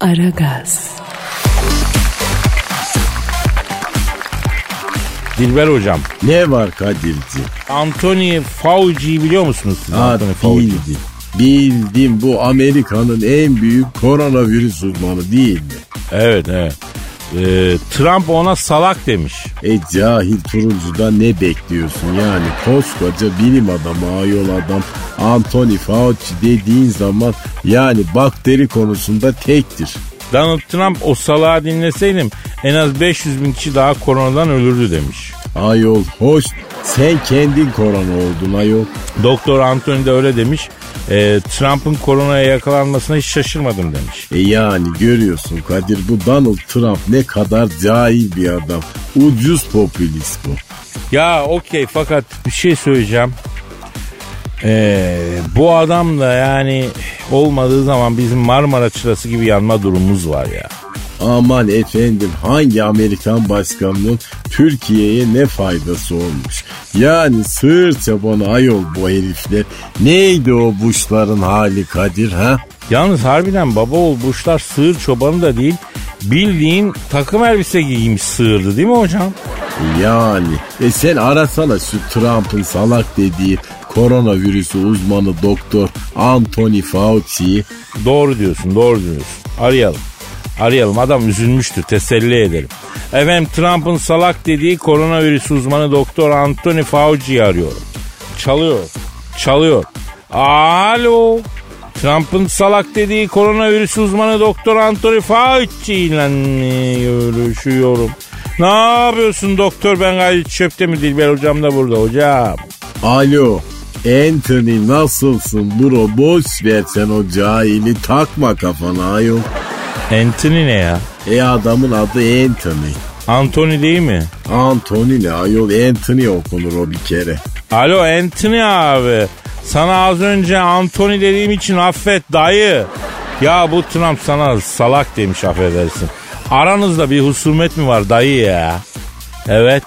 Aragaz. Dilber hocam. Ne var Kadir'ciğim? Anthony Fauci'yi biliyor musunuz siz? Anthony Fauci. Bildim, bu Amerika'nın en büyük koronavirüs uzmanı değil mi? Evet. Trump ona salak demiş. Cahil turuncuda ne bekliyorsun yani? Koskoca bilim adamı, ayol adam Anthony Fauci dediğin zaman yani bakteri konusunda tektir. Donald Trump o salağı dinleseydim en az 500 bin kişi daha koronadan ölürdü demiş. Ayol hoş, sen kendin korona oldun ayol. Doktor Anthony de öyle demiş. Trump'ın koronaya yakalanmasına hiç şaşırmadım demiş. Yani görüyorsun Kadir, bu Donald Trump ne kadar cahil bir adam. Ucuz popülist bu. Ya okey, fakat bir şey söyleyeceğim. Bu adam da yani olmadığı zaman bizim Marmara çırası gibi yanma durumumuz var ya. Aman efendim, hangi Amerikan başkanının Türkiye'ye ne faydası olmuş? Yani sığır çobanı ayol bu herifler. Neydi o Bush'ların hali Kadir ha? Yalnız harbiden baba oğul Bush'lar sığır çobanı da değil, bildiğin takım elbise giymiş sığırdı değil mi hocam? Yani sen arasana şu Trump'ın salak dediği koronavirüsü uzmanı doktor Anthony Fauci'yi. Doğru diyorsun. Arayalım, adam üzülmüştür, teselli edelim. Efendim, Trump'ın salak dediği koronavirüs uzmanı doktor Anthony Fauci'yi arıyorum. Çalıyor. Alo. Trump'ın salak dediği koronavirüs uzmanı doktor Anthony Fauci ile görüşüyorum. Ne yapıyorsun doktor, ben gayet çöpte mi, Dilber hocam da burada hocam. Alo Anthony, nasılsın bro, boş ver sen o cahili, takma kafana ayol. Anthony ne ya? Adamın adı Anthony. Anthony değil mi? Anthony ne ayol, Anthony okunur o bir kere. Alo Anthony abi. Sana az önce Anthony dediğim için affet dayı. Ya bu Trump sana salak demiş, affedersin. Aranızda bir husumet mi var dayı ya? Evet.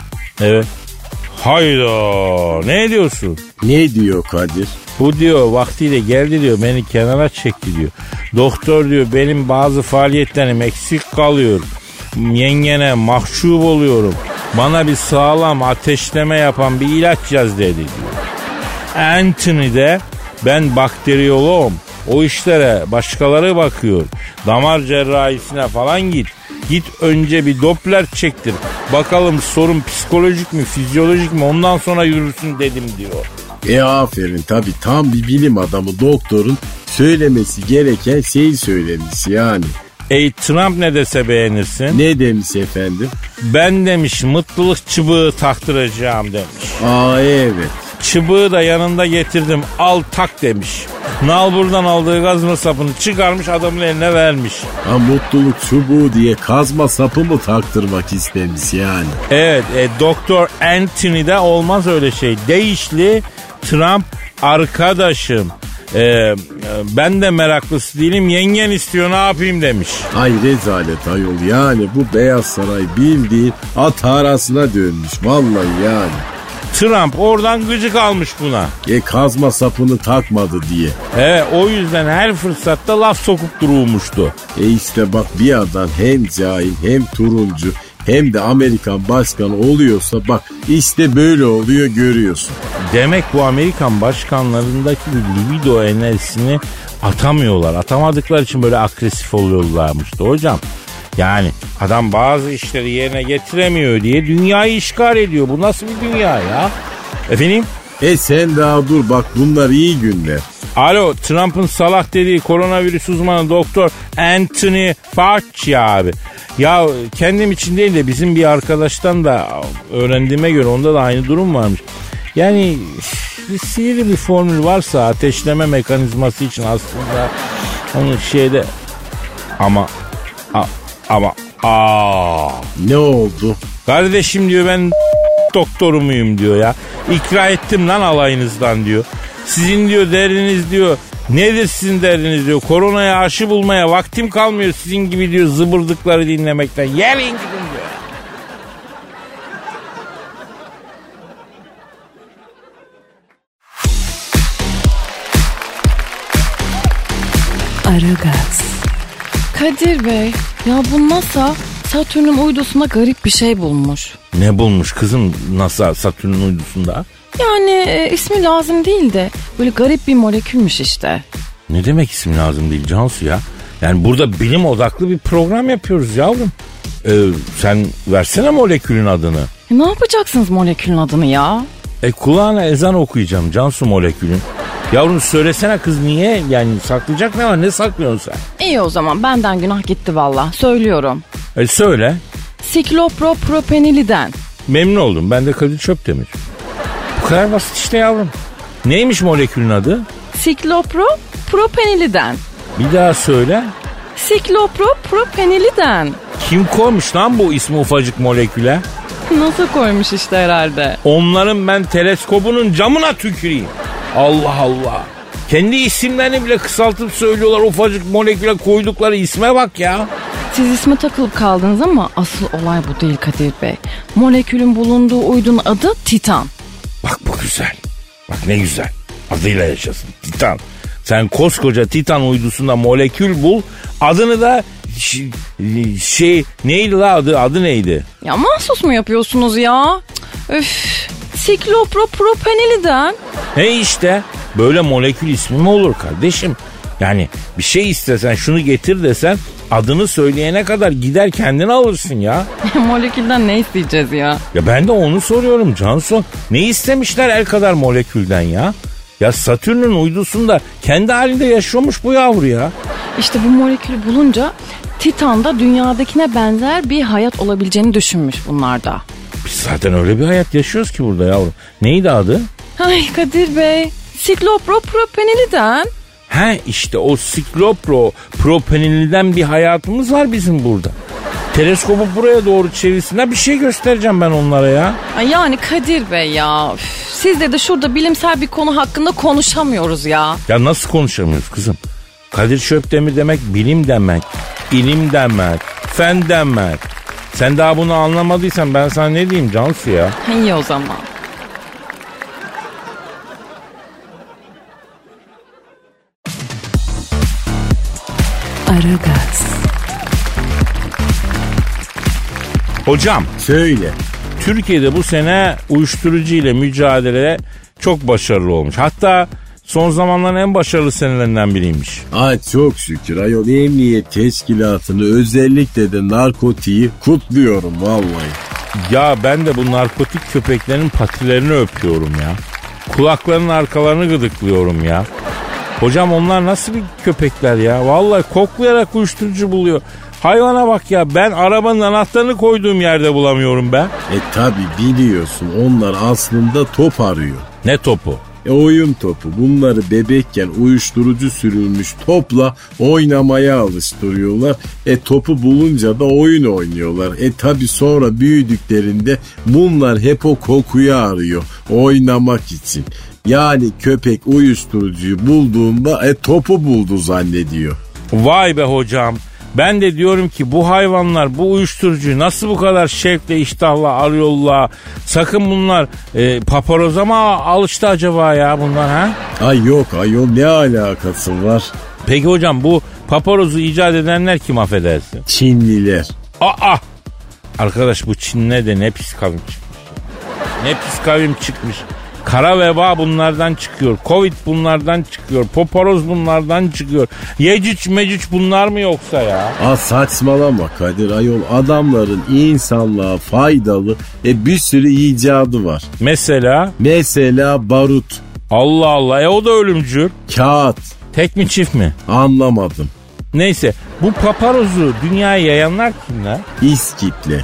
Hayda, ne diyorsun? Ne diyor Kadir? Bu diyor vaktiyle geldi diyor, beni kenara çekti diyor. Doktor diyor, benim bazı faaliyetlerim eksik kalıyor. Yengene mahcup oluyorum. Bana bir sağlam ateşleme yapan bir ilaç yaz dedi diyor. Anthony de, ben bakteriyoloğum. O işlere başkaları bakıyor. Damar cerrahisine falan git. Git önce bir Doppler çektir. Bakalım sorun psikolojik mi, fizyolojik mi, ondan sonra yürürsün dedim diyor. Aferin, tabii tam bir bilim adamı doktorun söylemesi gereken şeyi söylemiş yani. Trump ne dese beğenirsin? Ne demiş efendim? Ben demiş mutluluk çıbığı taktıracağım demiş. Evet. Çıbığı da yanında getirdim, al tak demiş. Nalbur'dan aldığı kazma sapını çıkarmış, adamın eline vermiş. Mutluluk çubuğu diye kazma sapı mı taktırmak istemiş yani? Evet, Doktor Anthony'de olmaz öyle şey. Değişli Trump arkadaşım. Ben de meraklısı değilim, yengen istiyor, ne yapayım demiş. Ay rezalet ayol, yani bu Beyaz Saray bildiğin at arasına dönmüş vallahi yani. Trump oradan gıcık almış buna. Kazma sapını takmadı diye. O yüzden her fırsatta laf sokup durulmuştu. İşte bak, bir adam hem cahil hem turuncu hem de Amerikan başkanı oluyorsa bak işte böyle oluyor, görüyorsun. Demek bu Amerikan başkanlarındaki libido enerjisini atamıyorlar. Atamadıkları için böyle agresif oluyorlarmıştı hocam. Yani adam bazı işleri yerine getiremiyor diye dünyayı işgal ediyor. Bu nasıl bir dünya ya? Efendim? Sen daha dur bak, bunlar iyi günler. Alo, Trump'ın salak dediği koronavirüs uzmanı doktor Anthony Fauci abi. Ya kendim için değil de bizim bir arkadaştan da öğrendiğime göre onda da aynı durum varmış. Yani bir sihirli bir formül varsa ateşleme mekanizması için aslında onun şeyde ama ne oldu? Kardeşim diyor, ben doktoru muyum diyor ya. İkra ettim lan alayınızdan diyor. Sizin diyor derdiniz diyor. Nedir sizin derdiniz diyor. Koronaya aşı bulmaya vaktim kalmıyor sizin gibi diyor zıbırdıkları dinlemekten. Yelin gidin diyor. Aragaz. Kadir Bey, ya bu NASA Satürn'ün uydusunda garip bir şey bulmuş. Ne bulmuş kızım NASA Satürn'ün uydusunda? Yani ismi lazım değil de böyle garip bir molekülmüş işte. Ne demek isim lazım değil Cansu ya? Yani burada bilim odaklı bir program yapıyoruz yavrum. Sen versene molekülün adını. Ne yapacaksınız molekülün adını ya? Kulağına ezan okuyacağım Cansu molekülün. Yavrum söylesene kız niye? Yani saklayacak ne var? Ne saklıyorsun sen? İyi o zaman benden günah gitti valla. Söylüyorum. Söyle. Siklopropeniliden. Memnun oldum. Ben de Kadir Çöptemir. Bu kadar basit işte yavrum. Neymiş molekülün adı? Siklopropeniliden. Bir daha söyle. Siklopropeniliden. Kim koymuş lan bu ismi ufacık moleküle? Nasıl koymuş işte herhalde. Onların ben teleskobunun camına tüküreyim. Allah Allah. Kendi isimlerini bile kısaltıp söylüyorlar, ufacık moleküle koydukları isme bak ya. Siz isme takılıp kaldınız ama asıl olay bu değil Kadir Bey. Molekülün bulunduğu uydunun adı Titan. Bak bu güzel. Bak ne güzel. Adıyla yaşasın. Titan. Sen koskoca Titan uydusunda molekül bul. Adını da neydi la adı neydi? Ya mahsus mu yapıyorsunuz ya? Üf. Siklopropeniliden. İşte böyle molekül ismi mi olur kardeşim? Yani bir şey istesen şunu getir desen adını söyleyene kadar gider kendini alırsın ya. Molekülden ne isteyeceğiz ya? Ya ben de onu soruyorum Cansu. Ne istemişler el kadar molekülden ya? Ya Satürn'ün uydusunda kendi halinde yaşıyormuş bu yavru ya. İşte bu molekülü bulunca Titan'da dünyadakine benzer bir hayat olabileceğini düşünmüş bunlar da. Biz zaten öyle bir hayat yaşıyoruz ki burada yavrum. Neydi adı? Ay Kadir Bey, siklopropeniliden. İşte o siklopropeniliden bir hayatımız var bizim burada. Teleskobu buraya doğru çevirsinler bir şey göstereceğim ben onlara ya. Ay yani Kadir Bey ya. Sizle de şurada bilimsel bir konu hakkında konuşamıyoruz ya. Ya nasıl konuşamıyoruz kızım? Kadir Çöptemir demek bilim demek, ilim demek, fen demek. Sen daha bunu anlamadıysan ben sana ne diyeyim Cansu ya? İyi o zaman. Aragaz. Hocam. Söyle. Türkiye'de bu sene uyuşturucu ile mücadele çok başarılı olmuş. Hatta son zamanların en başarılı senelerinden biriymiş. Çok şükür ayol, emniyet teşkilatını özellikle de narkotiği kutluyorum vallahi. Ya ben de bu narkotik köpeklerin patilerini öpüyorum ya. Kulaklarının arkalarını gıdıklıyorum ya. Hocam onlar nasıl bir köpekler ya? Vallahi koklayarak uyuşturucu buluyor. Hayvana bak ya, ben arabanın anahtarını koyduğum yerde bulamıyorum ben. Tabi biliyorsun onlar aslında top arıyor. Ne topu? Oyun topu. Bunları bebekken uyuşturucu sürülmüş topla oynamaya alıştırıyorlar. Topu bulunca da oyun oynuyorlar. Tabi sonra büyüdüklerinde bunlar hep o kokuyu arıyor oynamak için. Yani köpek uyuşturucuyu bulduğunda topu buldu zannediyor. Vay be hocam. Ben de diyorum ki bu hayvanlar bu uyuşturucuyu nasıl bu kadar şevkle iştahla arıyorlar? Sakın bunlar paparoza mı alıştı acaba ya bunlar ha? Yok ayol, ne alakası var? Peki hocam bu paparozu icat edenler kim affedersin? Çinliler. Arkadaş bu Çin'le de ne pis kavim çıkmış. Ne pis kavim çıkmış. Kara veba bunlardan çıkıyor. Covid bunlardan çıkıyor. Paparoz bunlardan çıkıyor. Yecüc mecüc bunlar mı yoksa ya? Saçmalama Kadir ayol, adamların insanlığa faydalı bir sürü icadı var. Mesela barut. Allah Allah, o da ölümcül. Kağıt. Tek mi çift mi? Anlamadım. Neyse, bu paparozu dünyaya yayanlar kimler? İskitler.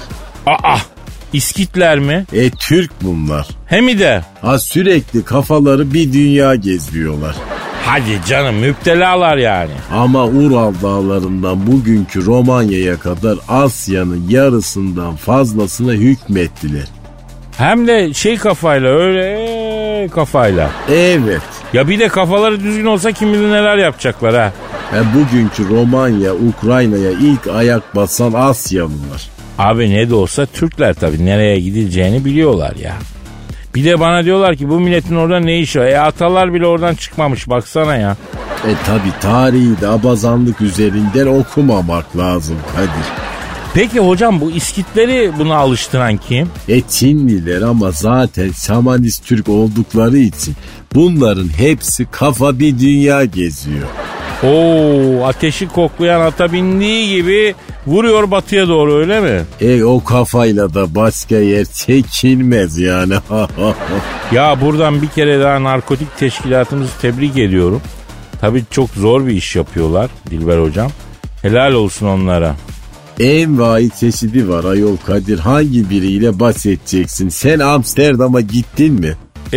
İskitler mi? Türk bunlar. Hem de. Sürekli kafaları bir dünya geziyorlar. Hadi canım, müptelalar yani. Ama Ural dağlarından bugünkü Romanya'ya kadar Asya'nın yarısından fazlasına hükmettiler. Hem de kafayla, öyle kafayla. Evet. Ya bir de kafaları düzgün olsa kim bilir neler yapacaklar ha. Bugünkü Romanya, Ukrayna'ya ilk ayak basan Asyalılar. Abi ne de olsa Türkler tabii nereye gidileceğini biliyorlar ya. Bir de bana diyorlar ki bu milletin orada ne işi var? Atalar bile oradan çıkmamış baksana ya. Tabi tarihi de abazanlık üzerinden okumamak lazım Kadir. Peki hocam bu İskitleri buna alıştıran kim? Çinliler ama zaten şamanist Türk oldukları için bunların hepsi kafa bir dünya geziyor. Ateşi koklayan ata bindiği gibi vuruyor batıya doğru öyle mi? O kafayla da başka yer çekilmez yani. Ya buradan bir kere daha narkotik teşkilatımızı tebrik ediyorum. Tabii çok zor bir iş yapıyorlar Dilber hocam. Helal olsun onlara. En vahit çeşidi var ayol Kadir. Hangi biriyle bahsedeceksin? Sen Amsterdam'a gittin mi?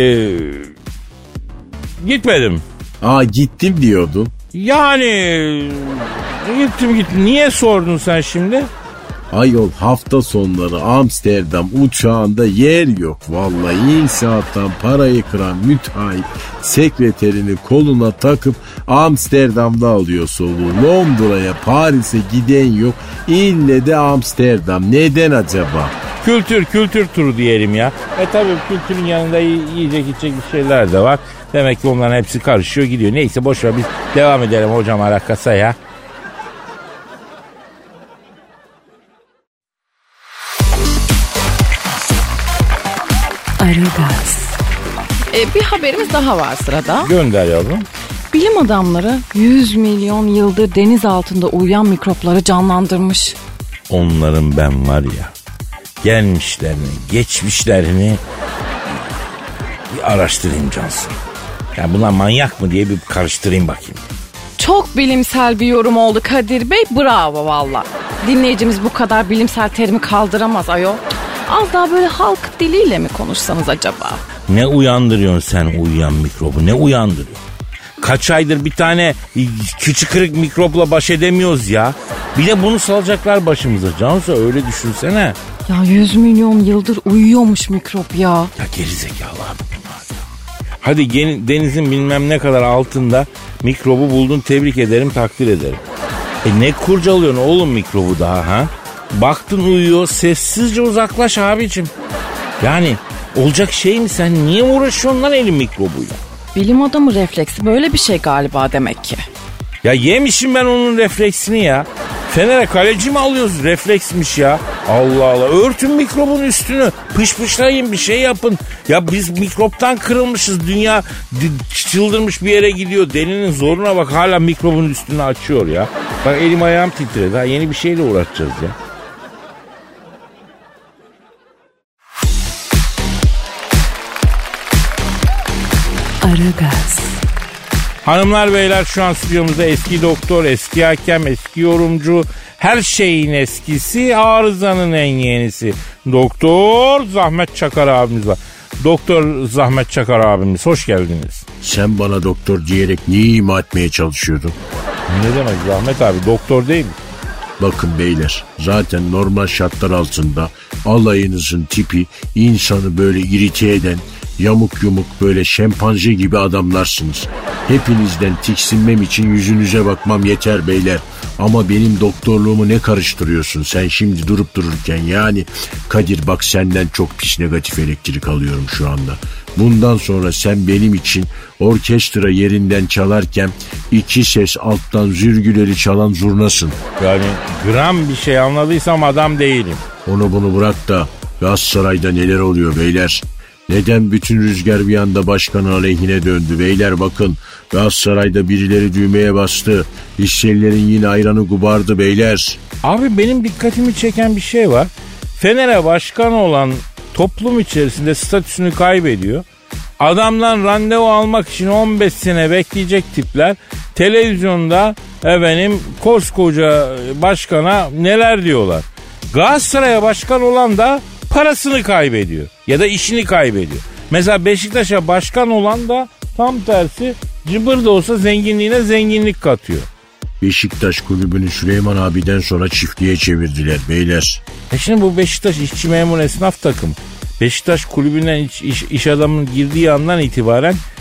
Gitmedim. Gittim diyordun. Yani gittim. Niye sordun sen şimdi? Ayol hafta sonları Amsterdam uçağında yer yok. Vallahi inşaattan parayı kıran müteahhit sekreterini koluna takıp Amsterdam'da alıyor soluğu. Londra'ya, Paris'e giden yok. İlle de Amsterdam. Neden acaba? Kültür turu diyelim ya. Tabii kültürün yanında yiyecek içecek bir şeyler de var. Demek ki onların hepsi karışıyor gidiyor. Neyse boşver biz devam edelim hocam alakasa ya. Aragaz. Bir haberimiz daha var sırada. Gönder yavrum. Bilim adamları 100 milyon yıldır deniz altında uyuyan mikropları canlandırmış. Onların ben var ya gelmişlerini, geçmişlerini bir araştırayım Cansın. Ya bunlar manyak mı diye bir karıştırayım bakayım. Çok bilimsel bir yorum oldu Kadir Bey. Bravo valla. Dinleyicimiz bu kadar bilimsel terimi kaldıramaz ayol. Az daha böyle halk diliyle mi konuşsanız acaba? Ne uyandırıyorsun sen uyuyan mikrobu? Ne uyandırıyorsun? Kaç aydır bir tane küçük kırık mikropla baş edemiyoruz ya. Bir de bunu salacaklar başımıza. Cansu öyle düşünsene. Ya 100 milyon yıldır uyuyormuş mikrop ya. Ya gerizekalı abi bunlar ya. Hadi denizin bilmem ne kadar altında mikrobu buldun, tebrik ederim, takdir ederim. Ne kurcalıyorsun oğlum mikrobu daha ha? Baktın uyuyor, sessizce uzaklaş abicim. Yani olacak şey mi, sen niye uğraşıyorsun lan elin mikrobuyla? Bilim adamı refleksi böyle bir şey galiba demek ki. Ya yemişim ben onun refleksini ya. Fener'e kaleci mi alıyoruz, refleksmiş ya. Allah Allah, örtün mikrobun üstünü, pışpışlayın, bir şey yapın. Ya biz mikroptan kırılmışız, dünya çıldırmış bir yere gidiyor. Delinin zoruna bak, hala mikrobun üstünü açıyor ya. Bak elim ayağım titredi, daha yeni bir şeyle uğraşacağız ya. Aragaz. Hanımlar beyler, şu an stüdyomuzda eski doktor, eski hakem, eski yorumcu, her şeyin eskisi, arızanın en yenisi Doktor Zahmet Çakar abimiz var. Doktor Zahmet Çakar abimiz, hoş geldiniz. Sen bana doktor diyerek niye ima etmeye çalışıyordun? Ne demek Zahmet abi, doktor değil mi? Bakın beyler, zaten normal şartlar altında alayınızın tipi insanı böyle irite eden, yamuk yumuk böyle şempanze gibi adamlarsınız. Hepinizden tiksinmem için yüzünüze bakmam yeter beyler. Ama benim doktorluğumu ne karıştırıyorsun sen şimdi durup dururken? Yani Kadir bak, senden çok pis negatif elektrik alıyorum şu anda. Bundan sonra sen benim için orkestra yerinden çalarken iki ses alttan zürgüleri çalan zurnasın. Yani gram bir şey anladıysam adam değilim. Onu bunu bırak da Galatasaray'da neler oluyor beyler? Neden bütün rüzgar bir anda başkanın aleyhine döndü? Beyler bakın, Galatasaray'da birileri düğmeye bastı. Hisselilerin yine ayranı gubardı beyler. Abi benim dikkatimi çeken bir şey var. Fener'e başkan olan toplum içerisinde statüsünü kaybediyor. Adamdan randevu almak için 15 sene bekleyecek tipler televizyonda koskoca başkana neler diyorlar. Galatasaray'a başkan olan da parasını kaybediyor ya da işini kaybediyor. Mesela Beşiktaş'a başkan olan da tam tersi, cıbır da olsa zenginliğine zenginlik katıyor. Beşiktaş kulübünü Süleyman abiden sonra çiftliğe çevirdiler beyler. Şimdi bu Beşiktaş işçi memur esnaf takım. Beşiktaş kulübünden iş adamının girdiği andan itibaren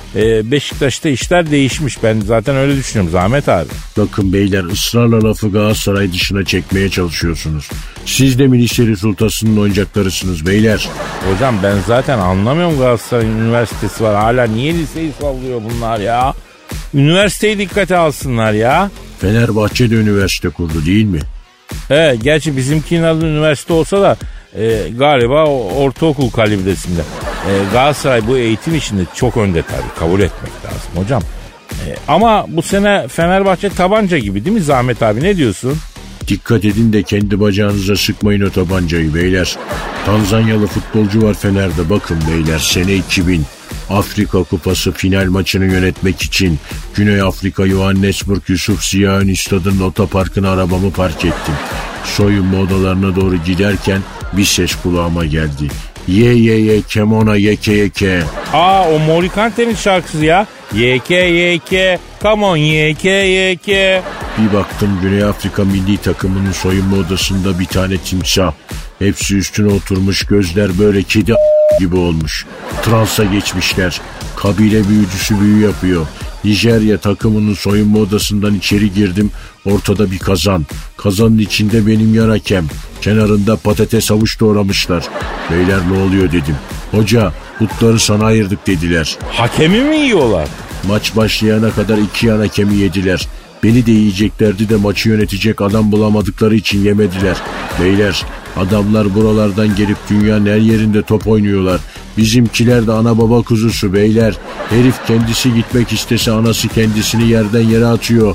Beşiktaş'ta işler değişmiş. Ben zaten öyle düşünüyorum Zahmet abi. Bakın beyler, ısrarla lafı Galatasaray dışına çekmeye çalışıyorsunuz. Siz de Miniseri Sultası'nın oyuncaklarısınız beyler. Hocam ben zaten anlamıyorum, Galatasaray Üniversitesi var. Hala niye liseyi sallıyor bunlar ya? Üniversiteyi dikkate alsınlar ya. Fenerbahçe de üniversite kurdu değil mi? Gerçi bizimkinin adı üniversite olsa da galiba ortaokul kalibresinde. Galatasaray bu eğitim işinde çok önde tabii, kabul etmek lazım hocam. Ama bu sene Fenerbahçe tabanca gibi değil mi Zahmet abi, ne diyorsun? Dikkat edin de kendi bacağınıza sıkmayın o tabancayı beyler. Tanzanyalı futbolcu var Fener'de, bakın beyler, sene 2000. Afrika Kupası final maçını yönetmek için Güney Afrika Johannesburg Yusuf Ziya Stad'ın otoparkına arabamı park ettim. Soyunma odalarına doğru giderken bir ses kulağıma geldi. Ye kemona yeke. O Morikante'nin şarkısı ya. Yeke come on yeke. Bir baktım Güney Afrika milli takımının soyunma odasında bir tane timsah. Hepsi üstüne oturmuş, gözler böyle kedi gibi olmuş. Transa geçmişler. Kabile büyücüsü büyü yapıyor. Nijerya takımının soyunma odasından içeri girdim. Ortada bir kazan. Kazanın içinde benim yan hakem. Kenarında patates havuç doğramışlar. Beyler ne oluyor dedim. Hoca, putları sana ayırdık dediler. Hakemi mi yiyorlar? Maç başlayana kadar 2 yan hakemi yediler. Beni de yiyeceklerdi de maçı yönetecek adam bulamadıkları için yemediler. Beyler, adamlar buralardan gelip dünyanın her yerinde top oynuyorlar. Bizimkiler de ana baba kuzusu beyler. Herif kendisi gitmek istese anası kendisini yerden yere atıyor.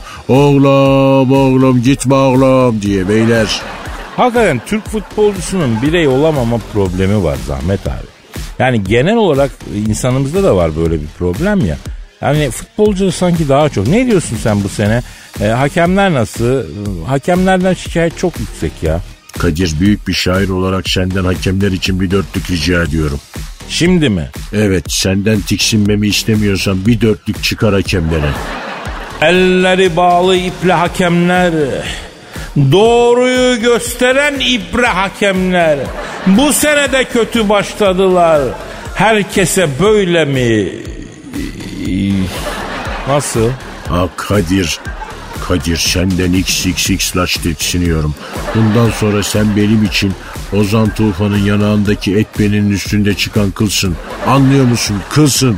Oğlum gitme oğlum diye beyler. Hakikaten Türk futbolcusunun birey olamama problemi var Zahmet abi. Yani genel olarak insanımızda da var böyle bir problem ya. Yani futbolcu sanki daha çok. Ne diyorsun sen bu sene? Hakemler nasıl? Hakemlerden şikayet çok yüksek ya. Kadir, büyük bir şair olarak senden hakemler için bir dörtlük rica ediyorum. Şimdi mi? Evet, senden tiksinmemi istemiyorsan bir dörtlük çıkar hakemlere. Elleri bağlı iple hakemler, doğruyu gösteren ibre hakemler, bu sene de kötü başladılar. Herkese böyle mi? Nasıl? Kadir senden XXX'laş tiksiniyorum. Bundan sonra sen benim için Ozan Tufan'ın yanağındaki et benim üstünde çıkan kılsın. Anlıyor musun? Kılsın.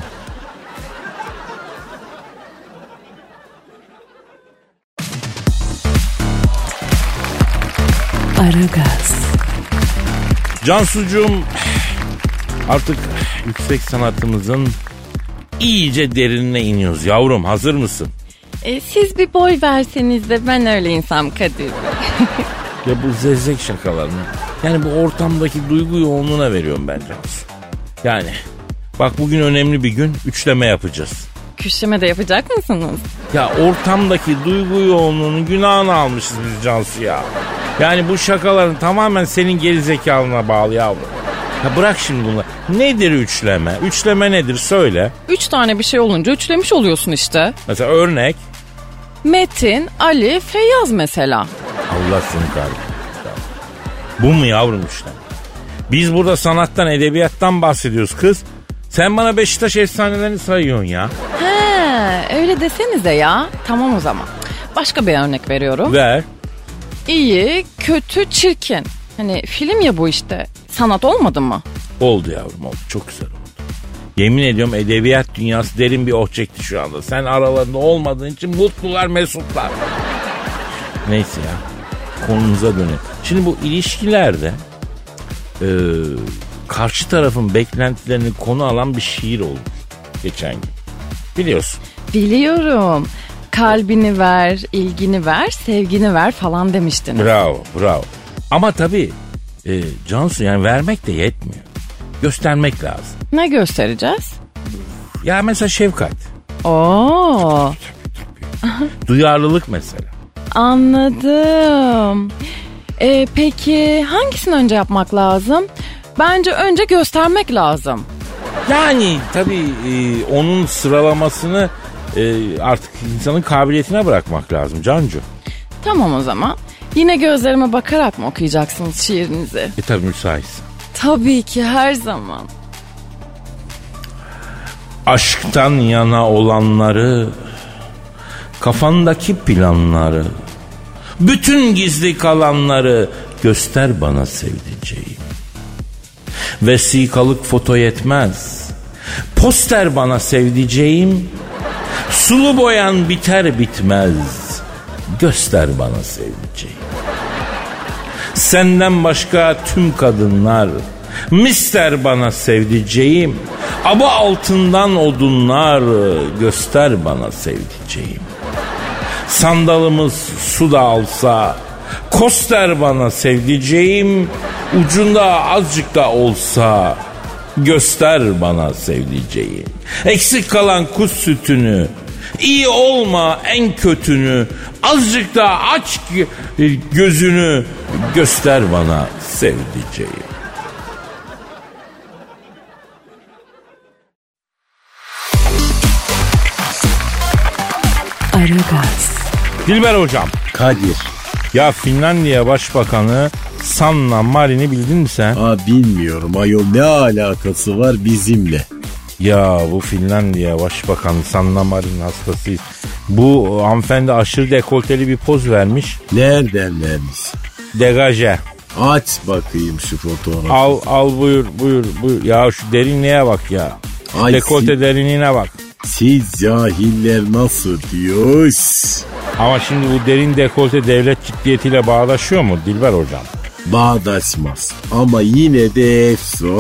Aragaz. Cansucuğum, artık yüksek sanatımızın iyice derinine iniyoruz yavrum, hazır mısın? Siz bir boy verseniz de ben öyle insam Kadir. Ya bu zevzek şakalarını, yani bu ortamdaki duygu yoğunluğuna veriyorum ben Cansu. Yani bak, bugün önemli bir gün, üçleme yapacağız. Küşleme de yapacak mısınız? Ya ortamdaki duygu yoğunluğunun günahını almışız biz Cansu ya. Yani bu şakaların tamamen senin gerizekalına bağlı yavrum. Ya bırak şimdi bunları. Nedir üçleme? Üçleme nedir söyle. 3 tane bir şey olunca üçlemiş oluyorsun işte. Mesela örnek. Metin, Ali, Feyyaz mesela. Allah seni kahretsin. Bu mu yavrum üçleme? Biz burada sanattan, edebiyattan bahsediyoruz kız. Sen bana Beşiktaş efsanelerini sayıyorsun ya. Öyle desenize ya. Tamam o zaman. Başka bir örnek veriyorum. Ver. İyi, kötü, çirkin. Hani film ya bu işte. Sanat olmadı mı? Oldu yavrum, oldu. Çok güzel oldu. Yemin ediyorum edebiyat dünyası derin bir oh çekti şu anda. Sen aralarında olmadığın için mutlular, mesutlar. Neyse ya. Konumuza dönelim. Şimdi bu ilişkilerde karşı tarafın beklentilerini konu alan bir şiir oldu geçen gün. Biliyorsun. Biliyorum. Kalbini ver, ilgini ver, sevgini ver falan demiştiniz. Bravo. Ama tabii Cansu, yani vermek de yetmiyor. Göstermek lazım. Ne göstereceğiz? Ya mesela şefkat. Oo. Duyarlılık mesela. Anladım. Peki hangisini önce yapmak lazım? Bence önce göstermek lazım. Yani tabii onun sıralamasını artık insanın kabiliyetine bırakmak lazım Cancu. Tamam o zaman. Yine gözlerime bakarak mı okuyacaksınız şiirinizi? Tabii müsaitsin. Tabii ki, her zaman. Aşktan yana olanları, kafandaki planları, bütün gizli kalanları göster bana sevdiceğim. Vesikalık foto yetmez, poster bana sevdiceğim. Sulu boyan biter bitmez, göster bana sevdiceğim. Senden başka tüm kadınlar mister bana sevdiceğim. Aba altından odunlar göster bana sevdiceğim. Sandalımız su da alsa koster bana sevdiceğim. Ucunda azıcık da olsa göster bana sevdiceğim. Eksik kalan kuş sütünü, iyi olma en kötünü, azıcık da aç gözünü, göster bana sevdiceğim. Aragaz. Dilber hocam. Kadir. Ya Finlandiya Başbakanı Sanna Marin'i bildin mi sen? Bilmiyorum ayol, ne alakası var bizimle? Ya bu Finlandiya Başbakanı Sanna Marin hastasıyız. Bu hanımefendi aşırı dekolteli bir poz vermiş. Nereden vermiş? Degaje. Aç bakayım şu fotoğrafı. Al buyur. Ya şu derinliğe bak ya. Ay, dekolte derinliğine bak. Siz cahiller nasıl diyoruz? Ama şimdi bu derin dekolte devlet ciddiyetiyle bağdaşıyor mu Dilber hocam? Bağdaşmaz. Ama yine de efso.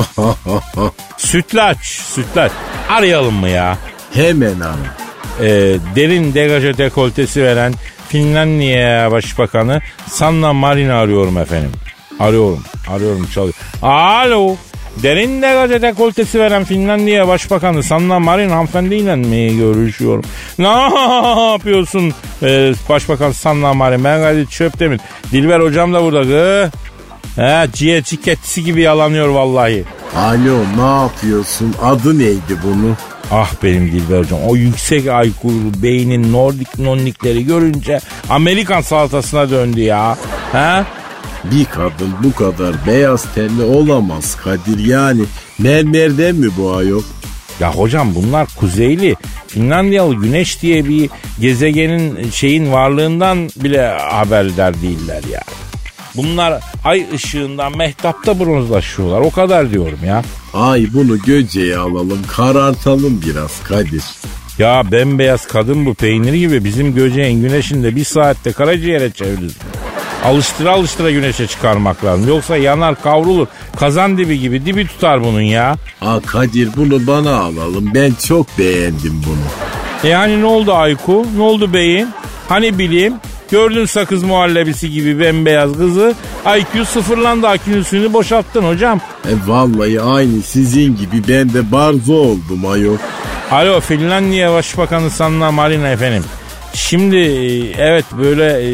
Sütlaç. Arayalım mı ya? Hemen ara. Derin degaje dekoltesi veren Finlandiya Başbakanı Sanna Marin'i arıyorum efendim. Arıyorum çalıyor. Alo. Derin degaje dekoltesi veren Finlandiya Başbakanı Sanna Marin hanımefendiyle mi görüşüyorum? Ne yapıyorsun Başbakan Sanna Marin? Ben gayet Çöptemir. Dilber hocam da burada. Ciğerci ketisi gibi yalanıyor vallahi. Alo, ne yapıyorsun? Adı neydi bunu? Ah benim Dilber hocam, o yüksek IQ'lu beynin Nordik nonnikleri görünce Amerikan salatasına döndü ya. Bir kadın bu kadar beyaz tenli olamaz Kadir, yani mermerden mi bu ayol? Ya hocam bunlar kuzeyli Finlandiyalı Güneş diye bir gezegenin varlığından bile haberdar değiller ya. Bunlar ay ışığından mehtapta bronzlaşıyorlar, o kadar diyorum ya. Ay bunu göceye alalım, karartalım biraz Kadir. Ya bembeyaz kadın bu, peynir gibi, bizim Göceğin Güneş'in de bir saatte karaciğere çeviririz. Alıştıra güneşe çıkarmak lazım. Yoksa yanar kavrulur. Kazan dibi gibi dibi tutar bunun ya. Kadir bunu bana alalım. Ben çok beğendim bunu. Yani ne oldu Ayku? Ne oldu beyin? Hani bileyim? Gördün sakız muhallebisi gibi bembeyaz kızı. IQ sıfırlandı. IQ'sunu boşalttın hocam. Vallahi aynı sizin gibi ben de barzo oldum ayol. Alo, Finlandiya Başbakanı Sanna Marin efendim. Şimdi evet böyle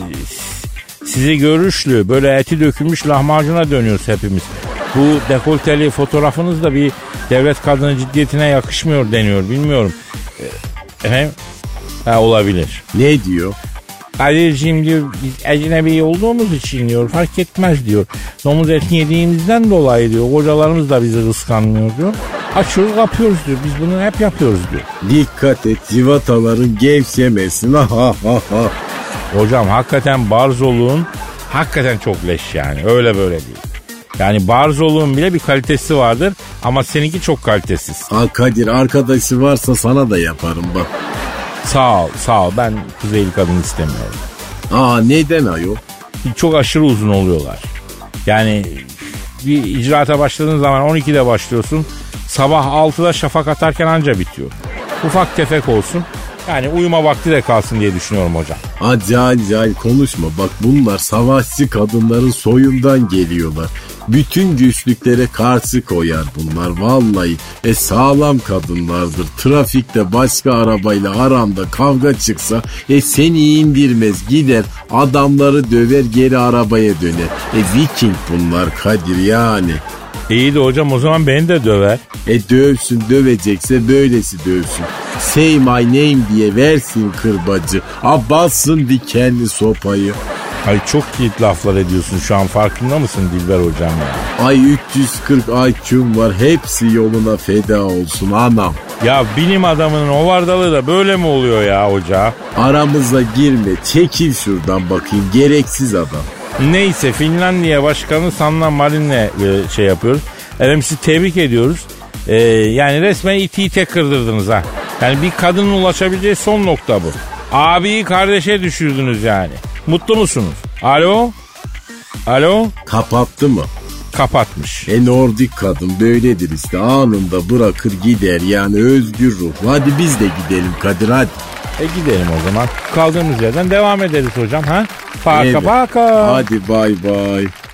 sizi görüşlü, böyle eti dökülmüş lahmacuna dönüyoruz hepimiz. Bu dekolteli fotoğrafınız da bir devlet kadını ciddiyetine yakışmıyor deniyor, bilmiyorum. Efendim? Olabilir. Ne diyor? Kadir'ciğim diyor, biz ecnebi olduğumuz için diyor, fark etmez diyor. Domuz etini yediğimizden dolayı diyor, kocalarımız da bizi kıskanmıyor diyor. Açıyoruz kapıyoruz diyor, biz bunu hep yapıyoruz diyor. Dikkat et civataların gevşemesin. Hocam hakikaten barzoluğun hakikaten çok leş yani, öyle böyle değil. Yani barzoluğun bile bir kalitesi vardır ama seninki çok kalitesiz. Kadir, arkadaşı varsa sana da yaparım bak. Sağ ol, ben kuzeyli kadın istemiyorum. Neden ayol? Çok aşırı uzun oluyorlar. Yani bir icraata başladığın zaman 12'de başlıyorsun, sabah 6'da şafak atarken anca bitiyor. Ufak tefek olsun, yani uyuma vakti de kalsın diye düşünüyorum hocam. Cahil konuşma, bak bunlar savaşçı kadınların soyundan geliyorlar. Bütün güçlüklere karşı koyar bunlar vallahi. Sağlam kadınlardır. Trafikte başka arabayla aranda kavga çıksa seni indirmez, gider adamları döver, geri arabaya döner. Viking bunlar Kadir yani. İyi de hocam o zaman beni de döver. Dövsün, dövecekse böylesi dövsün. Say my name diye versin kırbacı. Bassın dikenli sopayı. Ay çok kilit laflar ediyorsun şu an, farkında mısın Dilber hocam ya? Ay 340 IQ'm var, hepsi yoluna feda olsun anam. Ya bilim adamının ovardalığı da böyle mi oluyor ya hoca? Aramıza girme, çekil şuradan bakayım, gereksiz adam. Neyse, Finlandiya Başkanı Sanna Marin'le şey yapıyoruz. Efendim sizi tebrik ediyoruz. Yani resmen ite kırdırdınız ha. Yani bir kadının ulaşabileceği son nokta bu. Abiyi kardeşe düşürdünüz yani. Mutlu musunuz? Alo? Alo? Kapattı mı? Kapatmış. Nordik kadın böyledir işte, anında bırakır gider, yani özgür ruh. Hadi biz de gidelim Kadir, hadi. Gidelim o zaman. Kaldığımız yerden devam ederiz hocam ha? Paka Evet. paka. Hadi bay bay.